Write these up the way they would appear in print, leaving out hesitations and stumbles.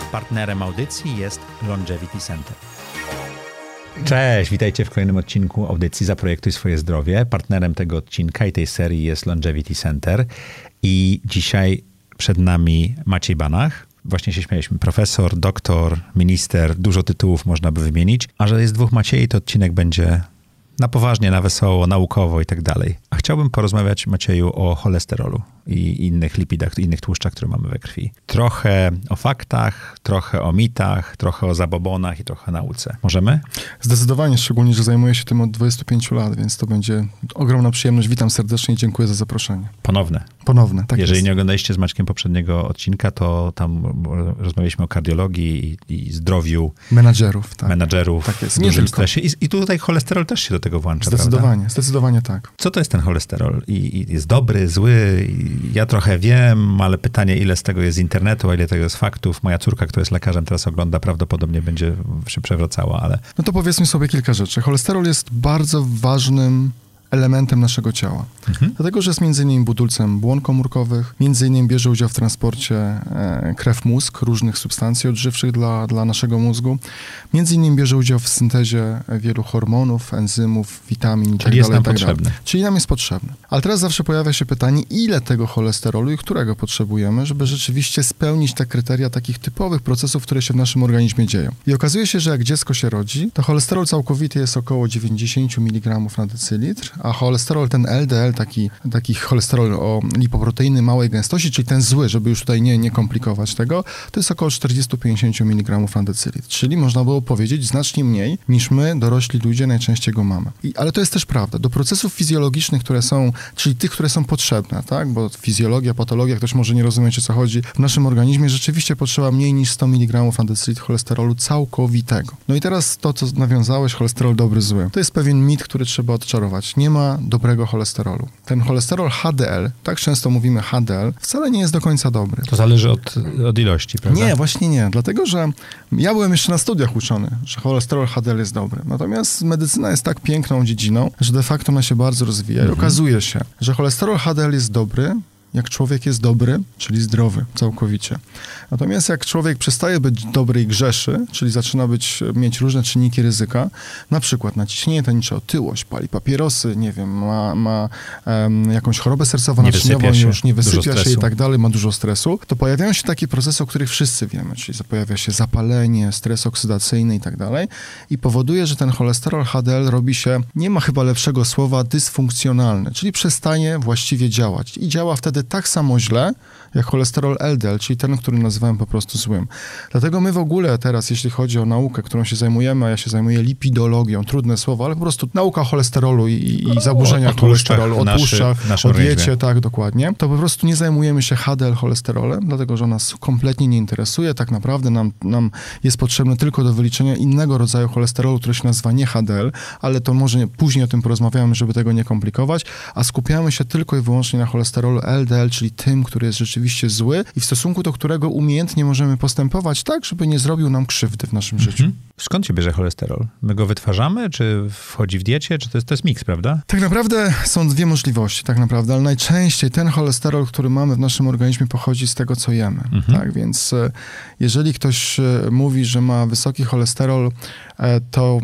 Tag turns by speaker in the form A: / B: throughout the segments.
A: Partnerem audycji jest Longevity Center. Cześć, witajcie w kolejnym odcinku audycji Zaprojektuj swoje zdrowie. Partnerem tego odcinka i tej serii jest Longevity Center. I dzisiaj przed nami Maciej Banach. Właśnie się śmialiśmy. Profesor, doktor, minister, dużo tytułów można by wymienić. A że jest dwóch Maciei, to odcinek będzie na poważnie, na wesoło, naukowo i tak dalej. A chciałbym porozmawiać, Macieju, o cholesterolu i innych lipidach, innych tłuszczach, które mamy we krwi. Trochę o faktach, trochę o mitach, trochę o zabobonach i trochę o nauce. Możemy?
B: Zdecydowanie, szczególnie, że zajmuję się tym od 25 lat, więc to będzie ogromna przyjemność. Witam serdecznie i dziękuję za zaproszenie.
A: Ponowne,
B: tak
A: Jeżeli
B: jest.
A: nie oglądaliście z Maćkiem poprzedniego odcinka, to tam rozmawialiśmy o kardiologii i zdrowiu
B: menadżerów. Tak jest.
A: w
B: Nie
A: dużym
B: tylko.
A: stresie. I tutaj cholesterol też się do tego włącza,
B: Zdecydowanie tak.
A: Co to jest ten cholesterol? I jest dobry, zły? Ja trochę wiem, ale pytanie, ile z tego jest z internetu, a ile tego jest faktów. Moja córka, która jest lekarzem, teraz ogląda, prawdopodobnie będzie się przewracała, ale...
B: No to powiedzmy sobie kilka rzeczy. Cholesterol jest bardzo ważnym elementem naszego ciała. Dlatego, że jest m.in. budulcem błon komórkowych, m.in. bierze udział w transporcie krew-mózg, różnych substancji odżywczych dla naszego mózgu, m.in. bierze udział w syntezie wielu hormonów, enzymów, witamin itd.
A: Czyli jest nam potrzebny.
B: Czyli nam jest potrzebny. Ale teraz zawsze pojawia się pytanie, ile tego cholesterolu i którego potrzebujemy, żeby rzeczywiście spełnić te kryteria takich typowych procesów, które się w naszym organizmie dzieją. I okazuje się, że jak dziecko się rodzi, to cholesterol całkowity jest około 90 mg na decylitr, a cholesterol, ten LDL, taki cholesterol o lipoproteiny małej gęstości, czyli ten zły, żeby już tutaj nie komplikować tego, to jest około 40-50 mg na decylitr. Czyli można było powiedzieć znacznie mniej, niż my, dorośli ludzie, najczęściej go mamy. Ale to jest też prawda. Do procesów fizjologicznych, które są, czyli tych, które są potrzebne, tak? Bo fizjologia, patologia, ktoś może nie rozumieć, o co chodzi. W naszym organizmie rzeczywiście potrzeba mniej niż 100 mg na decylitr cholesterolu całkowitego. No i teraz to, co nawiązałeś, cholesterol dobry, zły. To jest pewien mit, który trzeba odczarować. Nie ma dobrego cholesterolu. Ten cholesterol HDL, tak często mówimy HDL, wcale nie jest do końca dobry.
A: To zależy od ilości, prawda?
B: Nie, właśnie nie. Dlatego, że ja byłem jeszcze na studiach uczony, że cholesterol HDL jest dobry. Natomiast medycyna jest tak piękną dziedziną, że de facto ona się bardzo rozwija. I okazuje się, że cholesterol HDL jest dobry, jak człowiek jest dobry, czyli zdrowy całkowicie. Natomiast jak człowiek przestaje być dobry i grzeszy, czyli zaczyna mieć różne czynniki ryzyka, na przykład naciśnienie tętnicze, otyłość, pali papierosy, nie wiem, ma jakąś chorobę sercowo-naczyniową, już nie wysypia się i tak dalej, ma dużo stresu, to pojawiają się takie procesy, o których wszyscy wiemy, czyli pojawia się zapalenie, stres oksydacyjny i tak dalej i powoduje, że ten cholesterol HDL robi się, nie ma chyba lepszego słowa, dysfunkcjonalny, czyli przestaje właściwie działać i działa wtedy tak samo źle, jak cholesterol LDL, czyli ten, który nazywałem po prostu złym. Dlatego my w ogóle teraz, jeśli chodzi o naukę, którą się zajmujemy, a ja się zajmuję lipidologią, trudne słowo, ale po prostu nauka o cholesterolu i zaburzeniach cholesterolu, o tłuszczach, o diecie, tak, dokładnie, to po prostu nie zajmujemy się HDL cholesterolem, dlatego, że nas kompletnie nie interesuje. Tak naprawdę nam jest potrzebne tylko do wyliczenia innego rodzaju cholesterolu, który się nazywa nie HDL, ale to może później o tym porozmawiamy, żeby tego nie komplikować, a skupiamy się tylko i wyłącznie na cholesterolu LDL, czyli tym, który jest rzeczywiście zły i w stosunku do którego umiejętnie możemy postępować tak, żeby nie zrobił nam krzywdy w naszym życiu.
A: Skąd się bierze cholesterol? My go wytwarzamy, czy wchodzi w diecie, czy to jest miks, prawda?
B: Tak naprawdę są dwie możliwości, ale najczęściej ten cholesterol, który mamy w naszym organizmie, pochodzi z tego, co jemy. Tak, więc jeżeli ktoś mówi, że ma wysoki cholesterol, to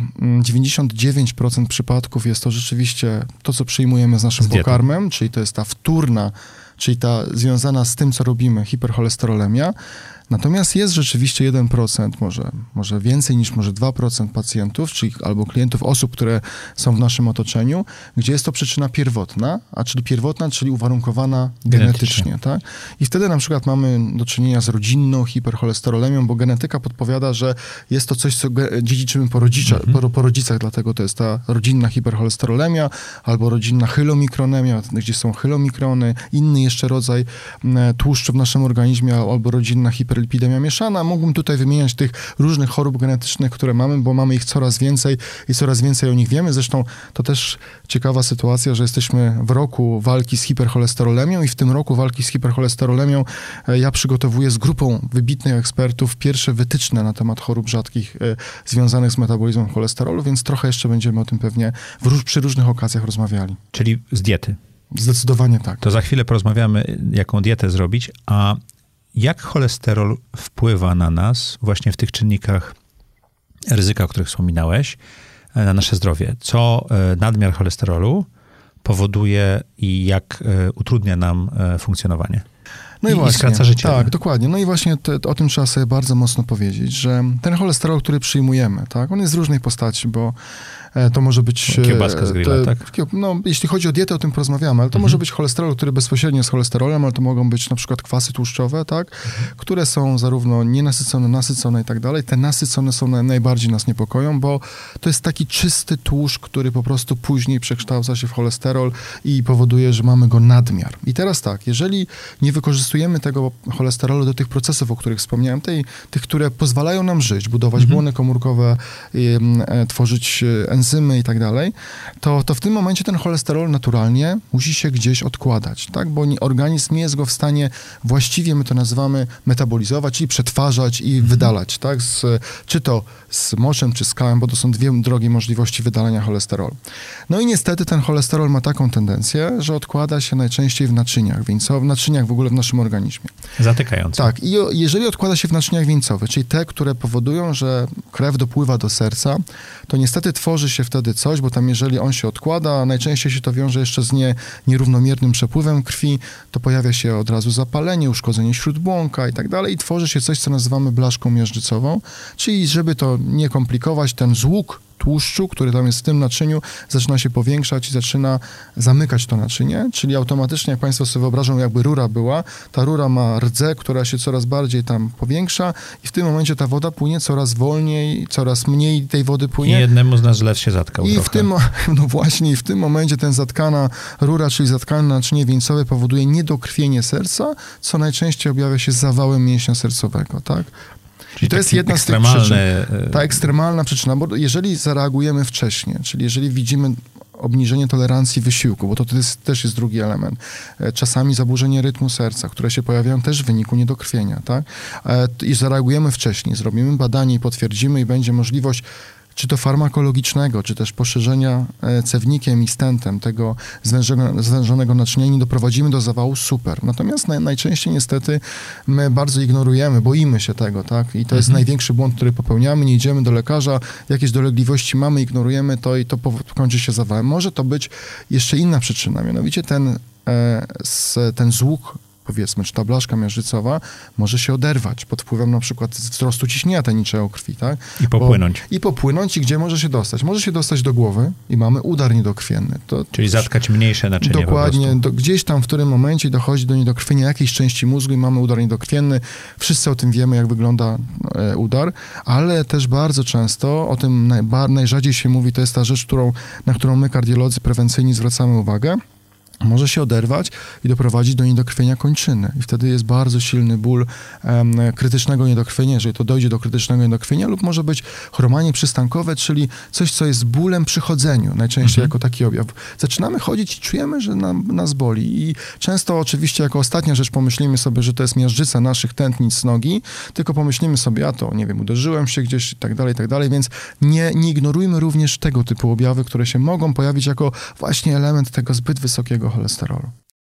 B: 99% przypadków jest to rzeczywiście to, co przyjmujemy z naszym pokarmem, czyli to jest ta wtórna, czyli ta związana z tym, co robimy, hipercholesterolemia. Natomiast jest rzeczywiście 1%, może więcej niż może 2% pacjentów, albo klientów, osób, które są w naszym otoczeniu, gdzie jest to przyczyna pierwotna, czyli uwarunkowana genetycznie. Tak? I wtedy na przykład mamy do czynienia z rodzinną hipercholesterolemią, bo genetyka podpowiada, że jest to coś, co dziedziczymy po rodzicach, dlatego to jest ta rodzinna hipercholesterolemia, albo rodzinna chylomikronemia, gdzie są chylomikrony, inny jeszcze rodzaj tłuszczu w naszym organizmie, albo rodzinna hiperlipidemia mieszana. Mógłbym tutaj wymieniać tych różnych chorób genetycznych, które mamy, bo mamy ich coraz więcej i coraz więcej o nich wiemy. Zresztą to też ciekawa sytuacja, że jesteśmy w roku walki z hipercholesterolemią i w tym roku walki z hipercholesterolemią ja przygotowuję z grupą wybitnych ekspertów pierwsze wytyczne na temat chorób rzadkich związanych z metabolizmem cholesterolu, więc trochę jeszcze będziemy o tym pewnie przy różnych okazjach rozmawiali.
A: Czyli z diety.
B: Zdecydowanie tak.
A: To za chwilę porozmawiamy, jaką dietę zrobić, a Jak cholesterol wpływa na nas właśnie w tych czynnikach ryzyka, o których wspominałeś, na nasze zdrowie? Co nadmiar cholesterolu powoduje i jak utrudnia nam funkcjonowanie?
B: No i właśnie,
A: skraca życie.
B: Tak, dokładnie. No i właśnie o tym trzeba sobie bardzo mocno powiedzieć, że ten cholesterol, który przyjmujemy, tak, on jest z różnej postaci, bo to może być...
A: Kiełbaska z grilla, tak?
B: No, jeśli chodzi o dietę, o tym porozmawiamy, ale to może być cholesterol, który bezpośrednio jest cholesterolem, ale to mogą być na przykład kwasy tłuszczowe, tak, które są zarówno nienasycone, nasycone i tak dalej. Te nasycone są najbardziej nas niepokoją, bo to jest taki czysty tłuszcz, który po prostu później przekształca się w cholesterol i powoduje, że mamy go nadmiar. I teraz tak, jeżeli nie wykorzystujemy tego cholesterolu do tych procesów, o których wspomniałem, tych, które pozwalają nam żyć, budować błony komórkowe, tworzyć enzymy i tak dalej, to w tym momencie ten cholesterol naturalnie musi się gdzieś odkładać, tak? Bo organizm nie jest go w stanie właściwie, my to nazywamy, metabolizować, czyli przetwarzać i wydalać, tak? Czy to z moczem, czy z kałem, bo to są dwie drogie możliwości wydalania cholesterolu. No i niestety ten cholesterol ma taką tendencję, że odkłada się najczęściej w naczyniach wieńcowych, w naczyniach w ogóle w naszym organizmie.
A: Zatykająco.
B: Tak. I jeżeli odkłada się w naczyniach wieńcowych, czyli te, które powodują, że krew dopływa do serca, to niestety tworzy się wtedy coś, bo tam jeżeli on się odkłada, najczęściej się to wiąże jeszcze z nierównomiernym przepływem krwi, to pojawia się od razu zapalenie, uszkodzenie śródbłąka i tak dalej i tworzy się coś, co nazywamy blaszką miażdżycową, czyli żeby to nie komplikować, ten złóg tłuszczu, który tam jest w tym naczyniu, zaczyna się powiększać i zaczyna zamykać to naczynie, czyli automatycznie, jak Państwo sobie wyobrażą, jakby rura była, ta rura ma rdzę, która się coraz bardziej tam powiększa i w tym momencie ta woda płynie coraz wolniej, coraz mniej tej wody płynie.
A: I jednemu z nas zlew się zatkał
B: I w tym momencie ten zatkana rura, czyli zatkane naczynie wieńcowe powoduje niedokrwienie serca, co najczęściej objawia się zawałem mięśnia sercowego, tak?
A: Czyli
B: to jest jedna z tych przyczyn. Ta ekstremalna przyczyna, bo jeżeli zareagujemy wcześnie, czyli jeżeli widzimy obniżenie tolerancji wysiłku, bo to też jest drugi element. Czasami zaburzenie rytmu serca, które się pojawiają też w wyniku niedokrwienia, tak? I zareagujemy wcześniej, zrobimy badanie i potwierdzimy i będzie możliwość czy to farmakologicznego, czy też poszerzenia cewnikiem i stentem tego zwężonego naczynia i nie doprowadzimy do zawału, super. Natomiast najczęściej niestety my bardzo ignorujemy, boimy się tego, tak? I to jest największy błąd, który popełniamy, nie idziemy do lekarza, jakieś dolegliwości mamy, ignorujemy to i to kończy się zawałem. Może to być jeszcze inna przyczyna, mianowicie ten złóg, powiedzmy, czy ta blaszka miażdżycowa może się oderwać pod wpływem na przykład wzrostu ciśnienia tętniczego krwi, tak? I popłynąć i gdzie może się dostać? Może się dostać do głowy i mamy udar niedokrwienny.
A: Czyli zatkać mniejsze naczynie.
B: Dokładnie. Gdzieś tam w którym momencie dochodzi do niedokrwienia jakiejś części mózgu i mamy udar niedokrwienny. Wszyscy o tym wiemy, jak wygląda udar, ale też bardzo często o tym najrzadziej się mówi, to jest ta rzecz, na którą my kardiolodzy prewencyjni zwracamy uwagę. Może się oderwać i doprowadzić do niedokrwienia kończyny. I wtedy jest bardzo silny ból krytycznego niedokrwienia, jeżeli to dojdzie do krytycznego niedokrwienia, lub może być chromanie przystankowe, czyli coś, co jest bólem przy chodzeniu, najczęściej jako taki objaw. Zaczynamy chodzić i czujemy, że nas boli. I często oczywiście jako ostatnia rzecz pomyślimy sobie, że to jest miażdżyca naszych tętnic nogi, tylko pomyślimy sobie, uderzyłem się gdzieś i tak dalej, więc nie ignorujmy również tego typu objawy, które się mogą pojawić jako właśnie element tego zbyt wysokiego cholesterolu.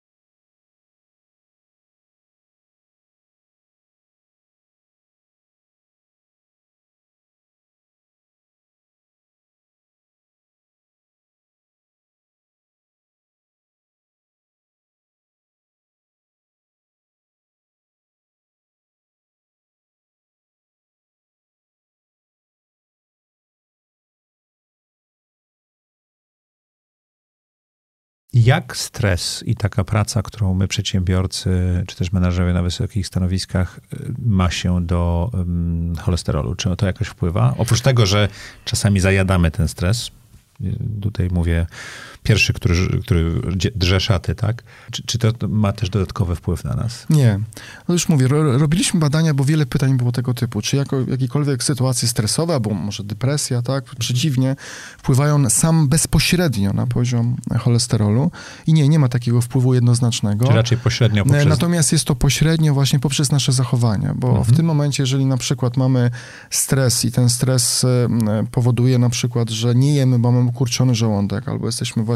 A: Jak stres i taka praca, którą my przedsiębiorcy, czy też menadżerowie na wysokich stanowiskach, ma się do cholesterolu? Czy to jakoś wpływa? Oprócz tego, że czasami zajadamy ten stres, tutaj mówię pierwszy, który drze szaty, tak? Czy to ma też dodatkowy wpływ na nas?
B: Nie. No już mówię, robiliśmy badania, bo wiele pytań było tego typu. Czy jakiekolwiek sytuacje stresowe, albo może depresja, tak? Przeciwnie, wpływają bezpośrednio na poziom cholesterolu i nie ma takiego wpływu jednoznacznego.
A: Czy raczej pośrednio poprzez...
B: Natomiast jest to pośrednio właśnie poprzez nasze zachowania, bo w tym momencie, jeżeli na przykład mamy stres i ten stres powoduje na przykład, że nie jemy, bo mamy kurczony żołądek, albo jesteśmy właśnie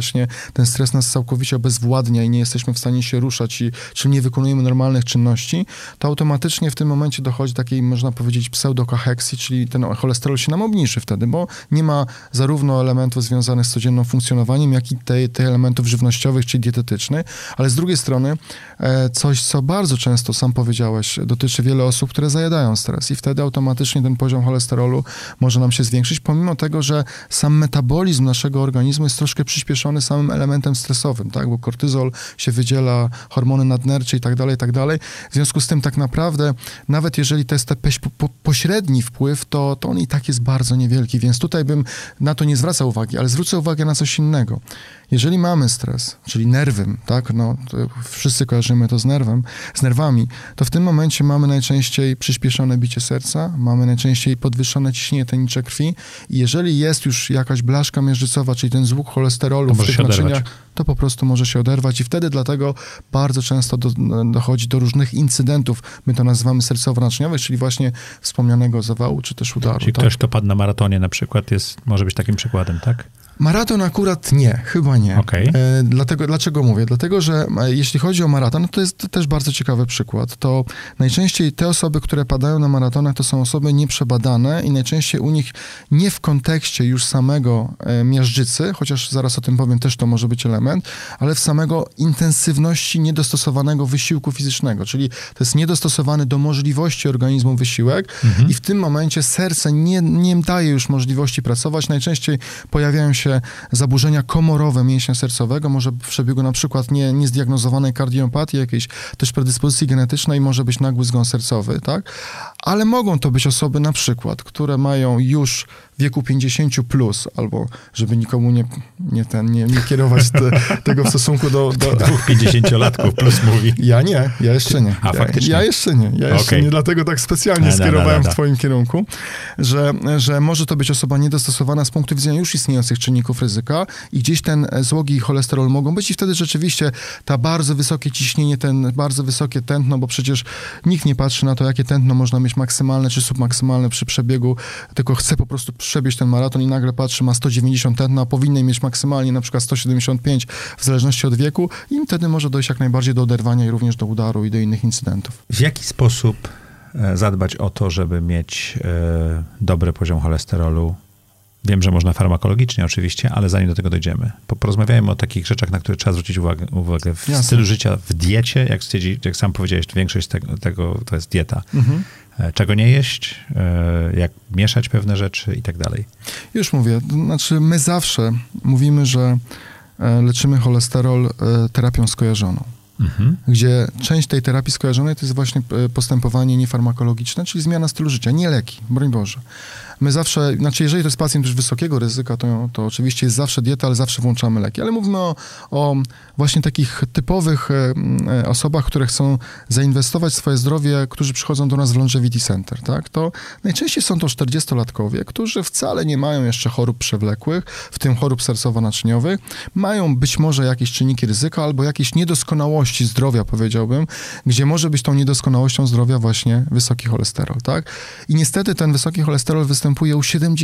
B: właśnie ten stres nas całkowicie obezwładnia i nie jesteśmy w stanie się ruszać, czyli nie wykonujemy normalnych czynności, to automatycznie w tym momencie dochodzi do takiej, można powiedzieć, pseudokacheksji, czyli ten cholesterol się nam obniży wtedy, bo nie ma zarówno elementów związanych z codziennym funkcjonowaniem, jak i tych elementów żywnościowych czy dietetycznych, ale z drugiej strony coś, co bardzo często, sam powiedziałeś, dotyczy wiele osób, które zajadają stres i wtedy automatycznie ten poziom cholesterolu może nam się zwiększyć, pomimo tego, że sam metabolizm naszego organizmu jest troszkę przyspieszony samym elementem stresowym, tak, bo kortyzol się wydziela, hormony nadnercze i tak dalej. W związku z tym tak naprawdę, nawet jeżeli to jest ten pośredni wpływ, to on i tak jest bardzo niewielki, więc tutaj bym na to nie zwracał uwagi, ale zwrócę uwagę na coś innego. Jeżeli mamy stres, czyli nerwem, tak, no wszyscy kojarzymy to z nerwami, to w tym momencie mamy najczęściej przyspieszone bicie serca, mamy najczęściej podwyższone ciśnienie tenicze krwi i jeżeli jest już jakaś blaszka miażdżycowa, czyli ten zwłok cholesterolu w tych naczyniach, to po prostu może się oderwać i wtedy dlatego bardzo często dochodzi do różnych incydentów, my to nazywamy sercowo-naczyniowych, czyli właśnie wspomnianego zawału, czy też udaru.
A: Czyli ktoś, kto padł na maratonie na przykład, może być takim przykładem, tak?
B: Maraton akurat nie, chyba nie.
A: Okay.
B: Dlaczego mówię? Dlatego, że jeśli chodzi o maraton, no to jest też bardzo ciekawy przykład. To najczęściej te osoby, które padają na maratonach, to są osoby nieprzebadane i najczęściej u nich nie w kontekście już samego miażdżycy, chociaż zaraz o tym powiem, też to może być element, ale w samego intensywności niedostosowanego wysiłku fizycznego, czyli to jest niedostosowany do możliwości organizmu wysiłek i w tym momencie serce nie daje już możliwości pracować. Najczęściej pojawiają się zaburzenia komorowe mięśnia sercowego, może w przebiegu na przykład niezdiagnozowanej kardiopatii, jakiejś też predyspozycji genetycznej, może być nagły zgon sercowy, tak? Ale mogą to być osoby na przykład, które mają już w wieku 50 plus, albo żeby nikomu nie kierować tego w stosunku do...
A: Dwóch 50-latków plus mówi.
B: Ja jeszcze nie.
A: Faktycznie?
B: Ja jeszcze nie, dlatego tak specjalnie skierowałem w twoim kierunku, że może to być osoba niedostosowana z punktu widzenia już istniejących czynników ryzyka i gdzieś ten złogi i cholesterol mogą być i wtedy rzeczywiście ta bardzo wysokie ciśnienie, ten bardzo wysokie tętno, bo przecież nikt nie patrzy na to, jakie tętno można mieć maksymalne czy submaksymalne przy przebiegu, tylko chce po prostu przebiec ten maraton i nagle patrzy, ma 190 tętna, a powinien mieć maksymalnie na przykład 175 w zależności od wieku i wtedy może dojść jak najbardziej do oderwania i również do udaru i do innych incydentów.
A: W jaki sposób zadbać o to, żeby mieć dobry poziom cholesterolu? Wiem, że można farmakologicznie oczywiście, ale zanim do tego dojdziemy, porozmawiajmy o takich rzeczach, na które trzeba zwrócić uwagę w stylu życia, w diecie, jak sam powiedziałeś, większość tego to jest dieta. Czego nie jeść, jak mieszać pewne rzeczy i tak dalej.
B: Już mówię, znaczy my zawsze mówimy, że leczymy cholesterol terapią skojarzoną. Gdzie część tej terapii skojarzonej to jest właśnie postępowanie niefarmakologiczne, czyli zmiana stylu życia, nie leki, broń Boże. My zawsze, znaczy jeżeli to jest pacjent już wysokiego ryzyka, to oczywiście jest zawsze dieta, ale zawsze włączamy leki. Ale mówimy o właśnie takich typowych osobach, które chcą zainwestować w swoje zdrowie, którzy przychodzą do nas w Longevity Center, tak? To najczęściej są to 40-latkowie, którzy wcale nie mają jeszcze chorób przewlekłych, w tym chorób sercowo-naczyniowych, mają być może jakieś czynniki ryzyka albo jakieś niedoskonałości zdrowia, powiedziałbym, gdzie może być tą niedoskonałością zdrowia właśnie wysoki cholesterol, tak? I niestety ten wysoki cholesterol występuje u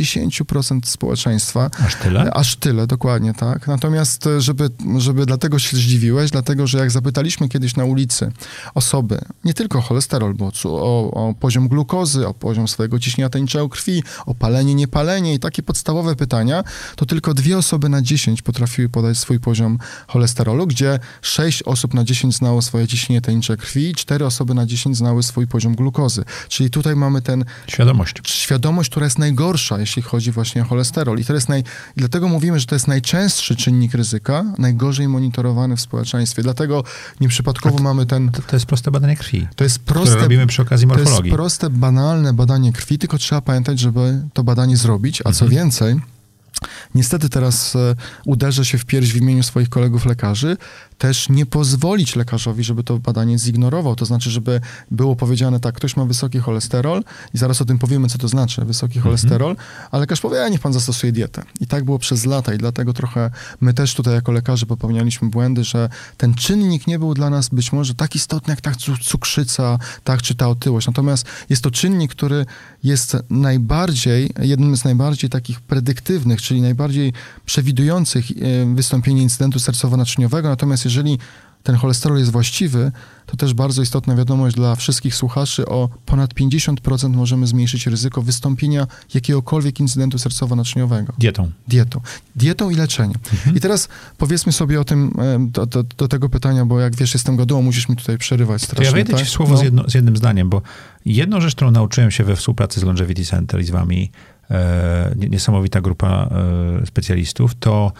B: 70% społeczeństwa.
A: Aż tyle?
B: Aż tyle, dokładnie, tak. Natomiast, żeby dlatego się zdziwiłeś, dlatego, że jak zapytaliśmy kiedyś na ulicy osoby, nie tylko o cholesterol, bo o poziom glukozy, o poziom swojego ciśnienia tęniczego krwi, o palenie, niepalenie i takie podstawowe pytania, to tylko 2 osoby na 10 potrafiły podać swój poziom cholesterolu, gdzie 6 osób na 10 znało swoje ciśnienie tęnicze krwi i 4 osoby na 10 znały swój poziom glukozy. Czyli tutaj mamy ten... Świadomość, która jest najgorsza, jeśli chodzi właśnie o cholesterol. I dlatego mówimy, że to jest najczęstszy czynnik ryzyka, najgorzej monitorowany w społeczeństwie. Dlatego nieprzypadkowo mamy ten...
A: To jest proste badanie krwi,
B: które
A: robimy przy okazji morfologii.
B: To jest proste, banalne badanie krwi, tylko trzeba pamiętać, żeby to badanie zrobić, a co więcej... Niestety teraz uderzę się w pierś w imieniu swoich kolegów lekarzy, też nie pozwolić lekarzowi, żeby to badanie zignorował. To znaczy, żeby było powiedziane tak, ktoś ma wysoki cholesterol i zaraz o tym powiemy, co to znaczy wysoki cholesterol, a lekarz powie, niech pan zastosuje dietę. I tak było przez lata i dlatego trochę my też tutaj jako lekarze popełnialiśmy błędy, że ten czynnik nie był dla nas być może tak istotny, jak ta cukrzyca, tak, czy ta otyłość. Natomiast jest to czynnik, który jest jednym z najbardziej takich predyktywnych, łatwych, czyli najbardziej przewidujących wystąpienie incydentu sercowo-naczyniowego, natomiast jeżeli ten cholesterol jest właściwy, to też bardzo istotna wiadomość dla wszystkich słuchaczy, o ponad 50% możemy zmniejszyć ryzyko wystąpienia jakiegokolwiek incydentu sercowo-naczyniowego. Dietą i leczeniem. I teraz powiedzmy sobie o tym, do tego pytania, bo jak wiesz, jestem gadułą, musisz mi tutaj przerywać strasznie.
A: To ja wejdę ci w słowo z jednym zdaniem, bo jedną rzecz, którą nauczyłem się we współpracy z Longevity Center i z wami, niesamowita grupa specjalistów, to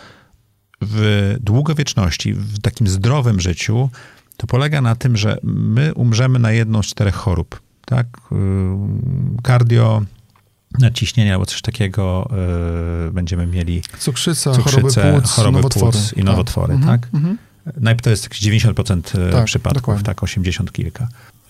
A: w długowieczności, w takim zdrowym życiu, to polega na tym, że my umrzemy na jedną z 4 chorób, tak? Kardio, nadciśnienie albo coś takiego, będziemy mieli
B: cukrzycę, choroby płuc
A: i nowotwory, tak? To jest jakieś 90% przypadków, dokładnie. Tak, 80 kilka.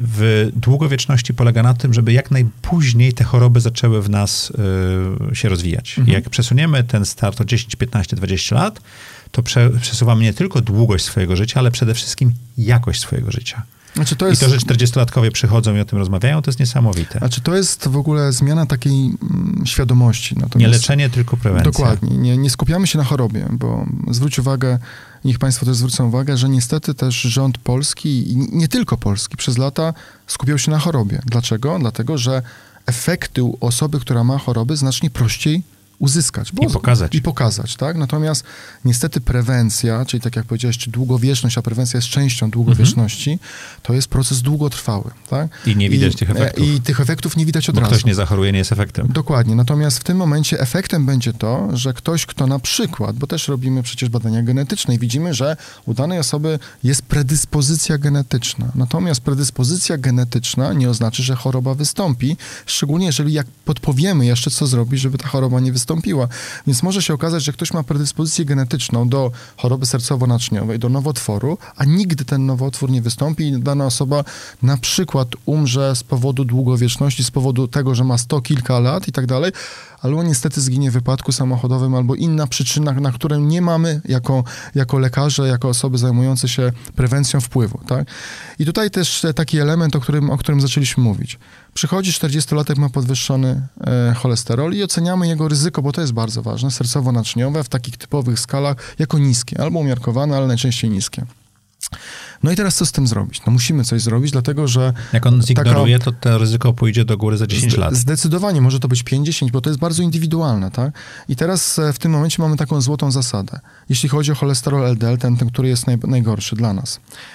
A: W długowieczności polega na tym, żeby jak najpóźniej te choroby zaczęły w nas się rozwijać. Jak przesuniemy ten start o 10, 15, 20 lat, to przesuwamy nie tylko długość swojego życia, ale przede wszystkim jakość swojego życia. Znaczy I to, że 40-latkowie przychodzą i o tym rozmawiają, to jest niesamowite.
B: Znaczy to jest w ogóle zmiana takiej świadomości. Natomiast
A: nie leczenie, tylko prewencja.
B: Dokładnie. Nie skupiamy się na chorobie, bo zwróć uwagę, niech państwo też zwrócą uwagę, że niestety też rząd polski i nie tylko polski przez lata skupiał się na chorobie. Dlaczego? Dlatego, że efekty u osoby, która ma choroby, znacznie prościej uzyskać. I pokazać, tak? Natomiast niestety prewencja, czyli tak jak powiedziałeś, czy długowieczność, a prewencja jest częścią długowieczności, to jest proces długotrwały, tak?
A: I nie widać tych efektów.
B: I tych efektów nie widać od razu.
A: Ktoś nie zachoruje, nie jest efektem.
B: Dokładnie. Natomiast w tym momencie efektem będzie to, że ktoś, kto na przykład, bo też robimy przecież badania genetyczne i widzimy, że u danej osoby jest predyspozycja genetyczna. Natomiast predyspozycja genetyczna nie oznacza, że choroba wystąpi, szczególnie jeżeli jak podpowiemy jeszcze, co zrobić, żeby ta choroba nie wystąpiła. Więc może się okazać, że ktoś ma predyspozycję genetyczną do choroby sercowo-naczyniowej, do nowotworu, a nigdy ten nowotwór nie wystąpi i dana osoba na przykład umrze z powodu długowieczności, z powodu tego, że ma 100 kilka lat i tak dalej, albo niestety zginie w wypadku samochodowym, albo inna przyczyna, na którą nie mamy jako lekarze, jako osoby zajmujące się prewencją wpływu, tak? I tutaj też taki element, o którym zaczęliśmy mówić. Przychodzi 40-latek, ma podwyższony cholesterol i oceniamy jego ryzyko, bo to jest bardzo ważne, sercowo-naczyniowe w takich typowych skalach jako niskie, albo umiarkowane, ale najczęściej niskie. No i teraz co z tym zrobić? No musimy coś zrobić, dlatego że...
A: Jak on zignoruje, to ryzyko pójdzie do góry za 10 lat.
B: Zdecydowanie, może to być 5-10, bo to jest bardzo indywidualne, tak? I teraz w tym momencie mamy taką złotą zasadę. Jeśli chodzi o cholesterol LDL, ten który jest najgorszy dla nas,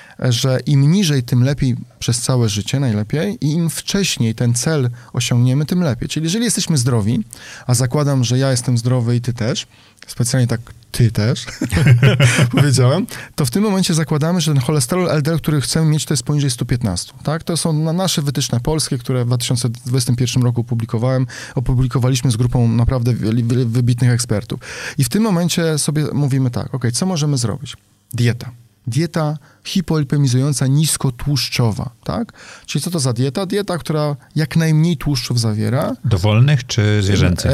B: że im niżej, tym lepiej przez całe życie, najlepiej, i im wcześniej ten cel osiągniemy, tym lepiej. Czyli jeżeli jesteśmy zdrowi, a zakładam, że ja jestem zdrowy i ty też, specjalnie tak ty też, powiedziałem, to w tym momencie zakładamy, że ten cholesterol LDL, który chcemy mieć, to jest poniżej 115, tak? To są nasze wytyczne polskie, które w 2021 roku opublikowaliśmy z grupą naprawdę wybitnych ekspertów. I w tym momencie sobie mówimy tak, co możemy zrobić? Dieta hipolipemizująca, niskotłuszczowa, tak? Czyli co to za dieta? Dieta, która jak najmniej tłuszczów zawiera.
A: Dowolnych czy zwierzęcych?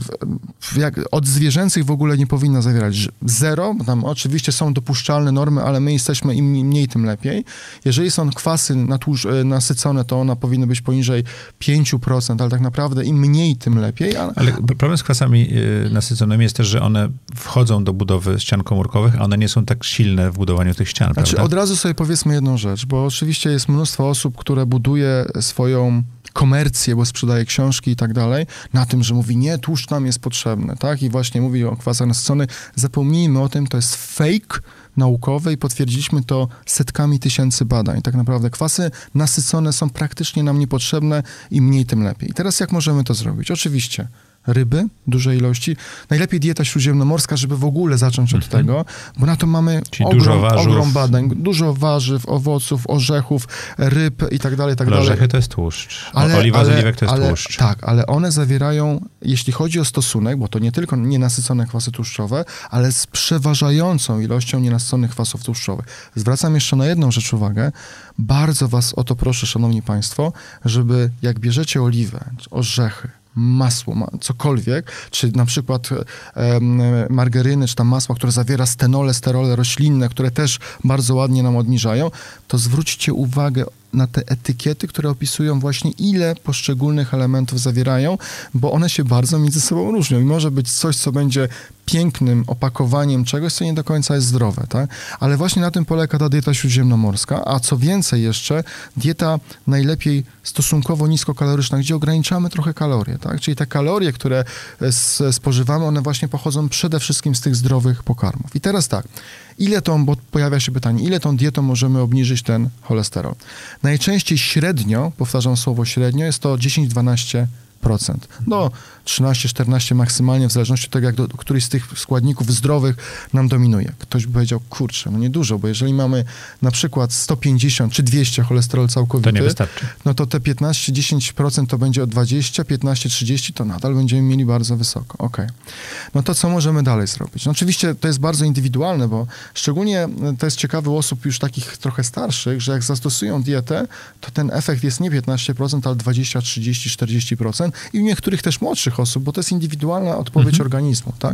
B: Od zwierzęcych w ogóle nie powinna zawierać 0, bo tam oczywiście są dopuszczalne normy, ale my jesteśmy im mniej, tym lepiej. Jeżeli są kwasy nasycone, to one powinny być poniżej 5%, ale tak naprawdę im mniej, tym lepiej.
A: Ale problem z kwasami nasyconymi jest też, że one wchodzą do budowy ścian komórkowych, a one nie są tak silne w budowaniu tych ścian, prawda?
B: Od razu sobie powiedzmy jedną rzecz, bo oczywiście jest mnóstwo osób, które buduje swoją komercję, bo sprzedaje książki i tak dalej, na tym, że mówi, nie, tłuszcz nam jest potrzebny, tak? I właśnie mówi o kwasach nasyconych. Zapomnijmy o tym, to jest fake naukowy i potwierdziliśmy to setkami tysięcy badań. Tak naprawdę kwasy nasycone są praktycznie nam niepotrzebne i mniej, tym lepiej. I teraz jak możemy to zrobić? Oczywiście ryby, duże ilości. Najlepiej dieta śródziemnomorska, żeby w ogóle zacząć od tego, bo na to mamy ogrom badań. Dużo warzyw, owoców, orzechów, ryb i tak dalej, tak dalej.
A: Orzechy to jest tłuszcz. Oliwa z oliwek to jest tłuszcz.
B: Tak, ale one zawierają, jeśli chodzi o stosunek, bo to nie tylko nienasycone kwasy tłuszczowe, ale z przeważającą ilością nienasyconych kwasów tłuszczowych. Zwracam jeszcze na jedną rzecz uwagę. Bardzo was o to proszę, szanowni państwo, żeby jak bierzecie oliwę, orzechy, masło, cokolwiek, czy na przykład margaryny, czy tam masła, które zawiera stenole, sterole roślinne, które też bardzo ładnie nam odniżają, to zwróćcie uwagę na te etykiety, które opisują właśnie, ile poszczególnych elementów zawierają, bo one się bardzo między sobą różnią i może być coś, co będzie pięknym opakowaniem czegoś, co nie do końca jest zdrowe, tak? Ale właśnie na tym polega ta dieta śródziemnomorska, a co więcej jeszcze, dieta najlepiej stosunkowo niskokaloryczna, gdzie ograniczamy trochę kalorie, tak? Czyli te kalorie, które spożywamy, one właśnie pochodzą przede wszystkim z tych zdrowych pokarmów. I teraz tak, bo pojawia się pytanie, ile tą dietą możemy obniżyć ten cholesterol? Najczęściej średnio, powtarzam słowo średnio, jest to 10-12%. Do 13-14 maksymalnie, w zależności od tego, któryś z tych składników zdrowych nam dominuje. Ktoś by powiedział, kurczę, no niedużo, bo jeżeli mamy na przykład 150 czy 200 cholesterol całkowity,
A: to nie wystarczy.
B: No to te 15-10% to będzie o 20, 15-30 to nadal będziemy mieli bardzo wysoko. Okej. No to co możemy dalej zrobić? No oczywiście to jest bardzo indywidualne, bo szczególnie to jest ciekawe u osób już takich trochę starszych, że jak zastosują dietę, to ten efekt jest nie 15%, ale 20, 30, 40% i u niektórych też młodszych osób, bo to jest indywidualna odpowiedź organizmu, tak?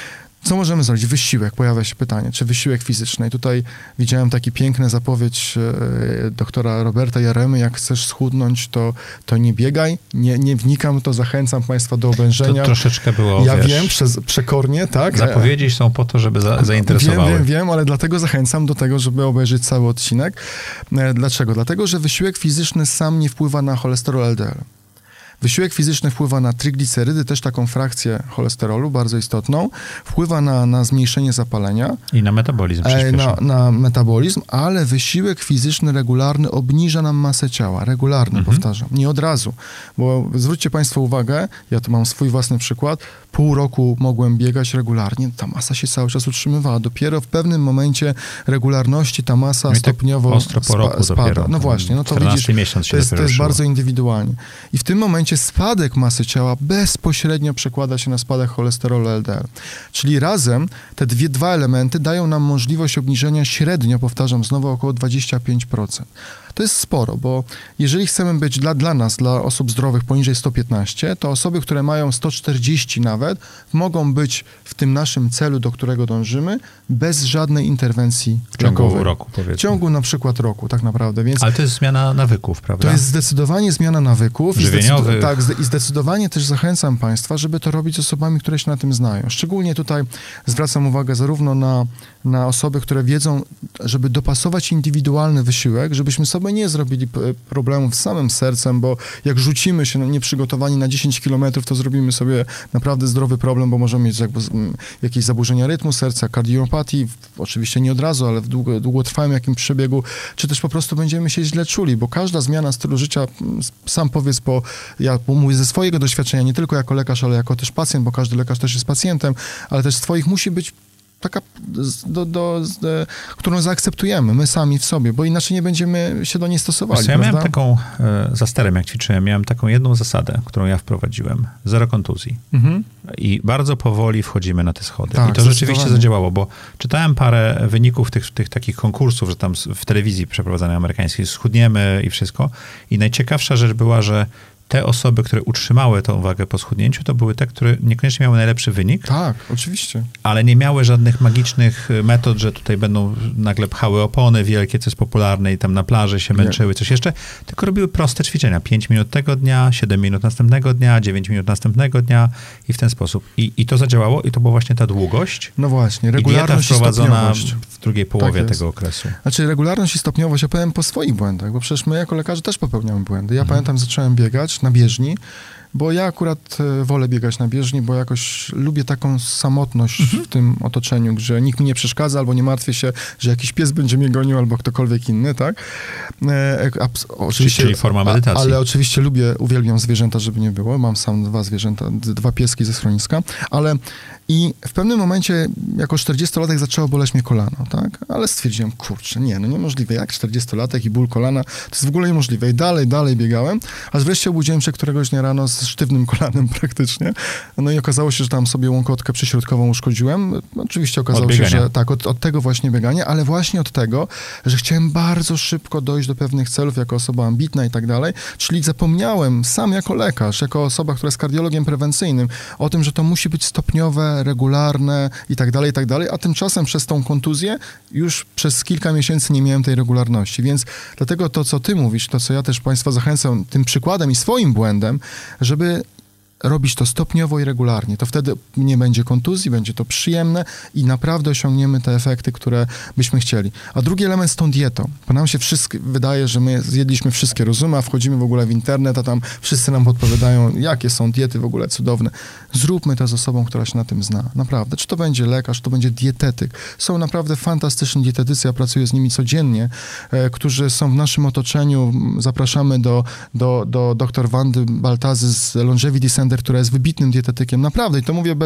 B: Co możemy zrobić? Wysiłek, pojawia się pytanie, czy wysiłek fizyczny? I tutaj widziałem taki piękną zapowiedź doktora Roberta Jaremy, jak chcesz schudnąć, to nie biegaj, nie wnikam, to zachęcam państwa do obejrzenia.
A: To troszeczkę było,
B: ja wiem, przekornie, tak?
A: Zapowiedzi są po to, żeby zainteresowały.
B: Wiem, ale dlatego zachęcam do tego, żeby obejrzeć cały odcinek. Dlaczego? Dlatego, że wysiłek fizyczny sam nie wpływa na cholesterol LDL. Wysiłek fizyczny wpływa na triglicerydy, też taką frakcję cholesterolu, bardzo istotną. Wpływa na zmniejszenie zapalenia.
A: I na metabolizm
B: na metabolizm, ale wysiłek fizyczny regularny obniża nam masę ciała. Regularny, powtarzam. Nie od razu. Bo zwróćcie państwo uwagę, ja tu mam swój własny przykład, pół roku mogłem biegać regularnie, ta masa się cały czas utrzymywała. Dopiero w pewnym momencie regularności ta masa stopniowo
A: ostro po roku
B: spada.
A: Dopiero,
B: no właśnie, no to widzisz, to jest bardzo indywidualnie. I w tym momencie spadek masy ciała bezpośrednio przekłada się na spadek cholesterolu LDL. Czyli razem te dwa elementy dają nam możliwość obniżenia średnio, powtarzam znowu, około 25%. To jest sporo, bo jeżeli chcemy być dla nas, dla osób zdrowych poniżej 115, to osoby, które mają 140 nawet, mogą być w tym naszym celu, do którego dążymy, bez żadnej interwencji
A: w ciągu
B: lekowej.
A: roku, powiedzmy.
B: W ciągu na przykład roku, tak naprawdę. Więc
A: ale to jest zmiana nawyków, prawda?
B: To jest zdecydowanie zmiana nawyków.
A: Żywieniowych.
B: I zdecydowanie też zachęcam państwa, żeby to robić z osobami, które się na tym znają. Szczególnie tutaj zwracam uwagę zarówno na osoby, które wiedzą, żeby dopasować indywidualny wysiłek, żebyśmy sobie nie zrobili problemów z samym sercem, bo jak rzucimy się nieprzygotowani na 10 kilometrów, to zrobimy sobie naprawdę zdrowy problem, bo możemy mieć jakieś zaburzenia rytmu serca, kardiopatii, oczywiście nie od razu, ale w długotrwałym jakimś przebiegu, czy też po prostu będziemy się źle czuli, bo każda zmiana stylu życia, sam powiedz, ja mówię ze swojego doświadczenia, nie tylko jako lekarz, ale jako też pacjent, bo każdy lekarz też jest pacjentem, ale też z twoich musi być taka, którą zaakceptujemy my sami w sobie, bo inaczej nie będziemy się do niej stosowali.
A: Ja miałem taką, za sterem jak ćwiczyłem, miałem taką jedną zasadę, którą ja wprowadziłem. 0 kontuzji. I bardzo powoli wchodzimy na te schody.
B: Tak,
A: i to rzeczywiście zadziałało, bo czytałem parę wyników tych takich konkursów, że tam w telewizji przeprowadzanej amerykańskiej schudniemy i wszystko. I najciekawsza rzecz była, że te osoby, które utrzymały tą wagę po schudnięciu, to były te, które niekoniecznie miały najlepszy wynik.
B: Tak, oczywiście.
A: Ale nie miały żadnych magicznych metod, że tutaj będą nagle pchały opony wielkie, co jest popularne i tam na plaży się męczyły, coś jeszcze, tylko robiły proste ćwiczenia. 5 minut tego dnia, 7 minut następnego dnia, 9 minut następnego dnia i w ten sposób. I to zadziałało i to była właśnie ta długość.
B: No właśnie, regularność
A: i dieta wprowadzona w drugiej połowie tego okresu.
B: Znaczy regularność i stopniowość, ja powiem po swoich błędach, bo przecież my jako lekarze też popełniamy błędy. Ja pamiętam, zacząłem biegać na bieżni, bo ja akurat wolę biegać na bieżni, bo jakoś lubię taką samotność w tym otoczeniu, że nikt mi nie przeszkadza, albo nie martwię się, że jakiś pies będzie mnie gonił, albo ktokolwiek inny, tak?
A: Oczywiście, czyli forma medytacji.
B: Ale oczywiście uwielbiam zwierzęta, żeby nie było. Mam sam 2 zwierzęta, 2 pieski ze schroniska, i w pewnym momencie, jako 40-latek zaczęło boleć mnie kolano, tak? Ale stwierdziłem, kurczę, niemożliwe. Jak 40-latek i ból kolana, to jest w ogóle niemożliwe. I dalej biegałem, aż wreszcie obudziłem się któregoś dnia rano z sztywnym kolanem praktycznie. No i okazało się, że tam sobie łąkotkę przyśrodkową uszkodziłem. Oczywiście okazało się, że tak, od tego właśnie biegania, ale właśnie od tego, że chciałem bardzo szybko dojść do pewnych celów jako osoba ambitna i tak dalej, czyli zapomniałem sam jako lekarz, jako osoba, która jest kardiologiem prewencyjnym, o tym, że to musi być stopniowe, regularne i tak dalej, a tymczasem przez tą kontuzję już przez kilka miesięcy nie miałem tej regularności, więc dlatego to, co ty mówisz, to, co ja też Państwa zachęcam tym przykładem i swoim błędem, żeby robić to stopniowo i regularnie. To wtedy nie będzie kontuzji, będzie to przyjemne i naprawdę osiągniemy te efekty, które byśmy chcieli. A drugi element z tą dietą, bo nam się wydaje, że my zjedliśmy wszystkie rozumy, a wchodzimy w ogóle w internet, a tam wszyscy nam podpowiadają, jakie są diety w ogóle cudowne. Zróbmy to z osobą, która się na tym zna. Naprawdę. Czy to będzie lekarz, czy to będzie dietetyk. Są naprawdę fantastyczni dietetycy, ja pracuję z nimi codziennie, którzy są w naszym otoczeniu. Zapraszamy do dr Wandy Baltazy z Longevity Center, która jest wybitnym dietetykiem. Naprawdę. I to mówię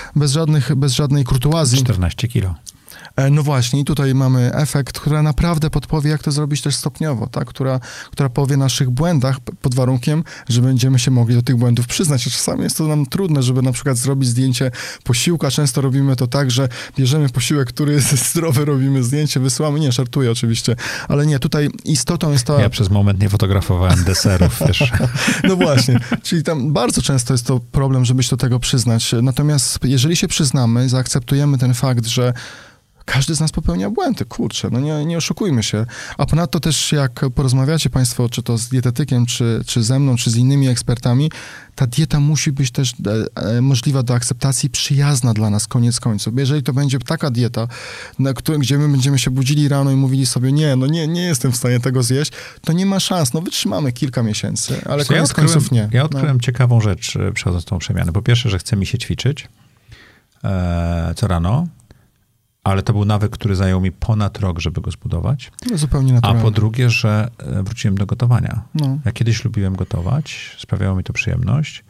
B: bez żadnej kurtuazji.
A: 14 kilo.
B: No właśnie, i tutaj mamy efekt, która naprawdę podpowie, jak to zrobić też stopniowo, tak? która powie o naszych błędach pod warunkiem, że będziemy się mogli do tych błędów przyznać. A czasami jest to nam trudne, żeby na przykład zrobić zdjęcie posiłku, a często robimy to tak, że bierzemy posiłek, który jest zdrowy, robimy zdjęcie, wysyłamy, nie, żartuję oczywiście, ale nie, tutaj istotą jest ta...
A: Ja przez moment nie fotografowałem deserów, wiesz.
B: No właśnie, czyli tam bardzo często jest to problem, żeby się do tego przyznać. Natomiast jeżeli się przyznamy, zaakceptujemy ten fakt, że każdy z nas popełnia błędy, kurczę, no nie oszukujmy się. A ponadto też jak porozmawiacie Państwo, czy to z dietetykiem, czy ze mną, czy z innymi ekspertami, ta dieta musi być też możliwa do akceptacji, przyjazna dla nas, koniec końców. Jeżeli to będzie taka dieta, gdzie my będziemy się budzili rano i mówili sobie, nie jestem w stanie tego zjeść, to nie ma szans, wytrzymamy kilka miesięcy, ale koniec końców nie.
A: Ja odkryłem ciekawą rzecz, przechodząc tą przemianę. Po pierwsze, że chce mi się ćwiczyć co rano, ale to był nawyk, który zajął mi ponad rok, żeby go zbudować.
B: No, zupełnie naturalnie.
A: A po drugie, że wróciłem do gotowania.
B: No.
A: Ja kiedyś lubiłem gotować, sprawiało mi to przyjemność,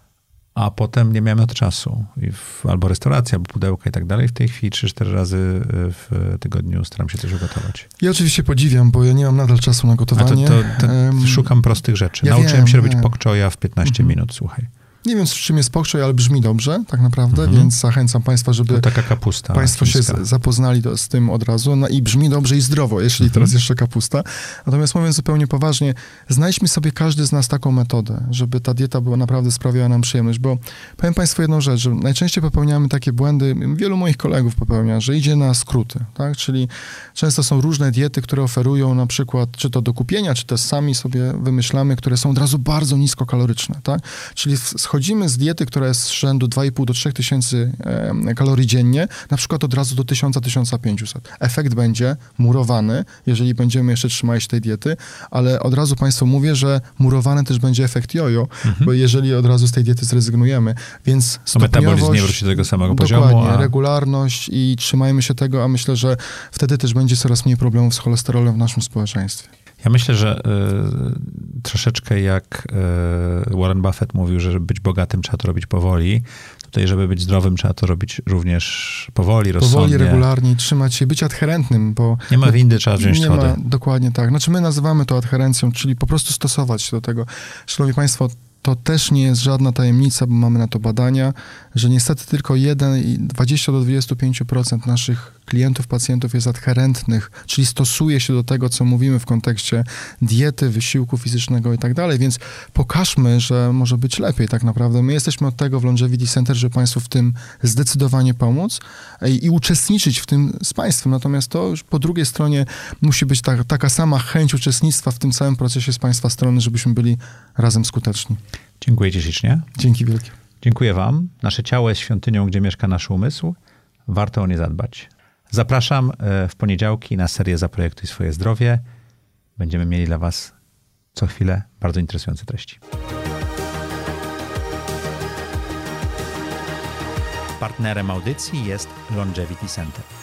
A: a potem nie miałem na to czasu. Albo restauracja, albo pudełka i tak dalej. W tej chwili 3-4 razy w tygodniu staram się coś ugotować.
B: Ja oczywiście podziwiam, bo ja nie mam nadal czasu na gotowanie.
A: Szukam prostych rzeczy. Nauczyłem się robić pok choya w 15 minut, słuchaj.
B: Nie wiem, z czym jest pok choi, ale brzmi dobrze, tak naprawdę, więc zachęcam Państwa, żeby
A: to taka kapusta
B: Państwo się zapoznali z tym od razu. No i brzmi dobrze i zdrowo, jeśli teraz jeszcze kapusta. Natomiast mówiąc zupełnie poważnie, znajdźmy sobie każdy z nas taką metodę, żeby ta dieta była naprawdę sprawiała nam przyjemność, bo powiem Państwu jedną rzecz, że najczęściej popełniamy takie błędy, wielu moich kolegów popełnia, że idzie na skróty, tak? Czyli często są różne diety, które oferują na przykład, czy to do kupienia, czy też sami sobie wymyślamy, które są od razu bardzo niskokaloryczne, tak? Czyli schodzimy z diety, która jest z rzędu 2,5 do 3 tysięcy kalorii dziennie, na przykład od razu do 1000-1500. Efekt będzie murowany, jeżeli będziemy jeszcze trzymać tej diety, ale od razu Państwu mówię, że murowany też będzie efekt jojo, bo jeżeli od razu z tej diety zrezygnujemy, więc stopniowość,
A: metabolizm nie wróci do tego samego poziomu.
B: Dokładnie, regularność i trzymajmy się tego, a myślę, że wtedy też będzie coraz mniej problemów z cholesterolem w naszym społeczeństwie.
A: Ja myślę, że troszeczkę jak Warren Buffett mówił, że żeby być bogatym trzeba to robić powoli. Tutaj, żeby być zdrowym trzeba to robić również powoli, rozsądnie.
B: Powoli, regularnie, trzymać się, być adherentnym, bo...
A: Nie ma windy, trzeba wziąć schody.
B: Dokładnie tak. Znaczy my nazywamy to adherencją, czyli po prostu stosować się do tego. Szanowni Państwo, to też nie jest żadna tajemnica, bo mamy na to badania, że niestety tylko 20 do 25% naszych klientów, pacjentów jest adherentnych, czyli stosuje się do tego, co mówimy w kontekście diety, wysiłku fizycznego i tak dalej, więc pokażmy, że może być lepiej tak naprawdę. My jesteśmy od tego w Longevity Center, żeby Państwu w tym zdecydowanie pomóc i uczestniczyć w tym z Państwem. Natomiast to już po drugiej stronie musi być taka sama chęć uczestnictwa w tym całym procesie z Państwa strony, żebyśmy byli razem skuteczni.
A: Dziękuję Ci ślicznie.
B: Dzięki wielkie.
A: Dziękuję Wam. Nasze ciało jest świątynią, gdzie mieszka nasz umysł. Warto o nie zadbać. Zapraszam w poniedziałki na serię Zaprojektuj swoje zdrowie. Będziemy mieli dla Was co chwilę bardzo interesujące treści. Partnerem audycji jest Longevity Center.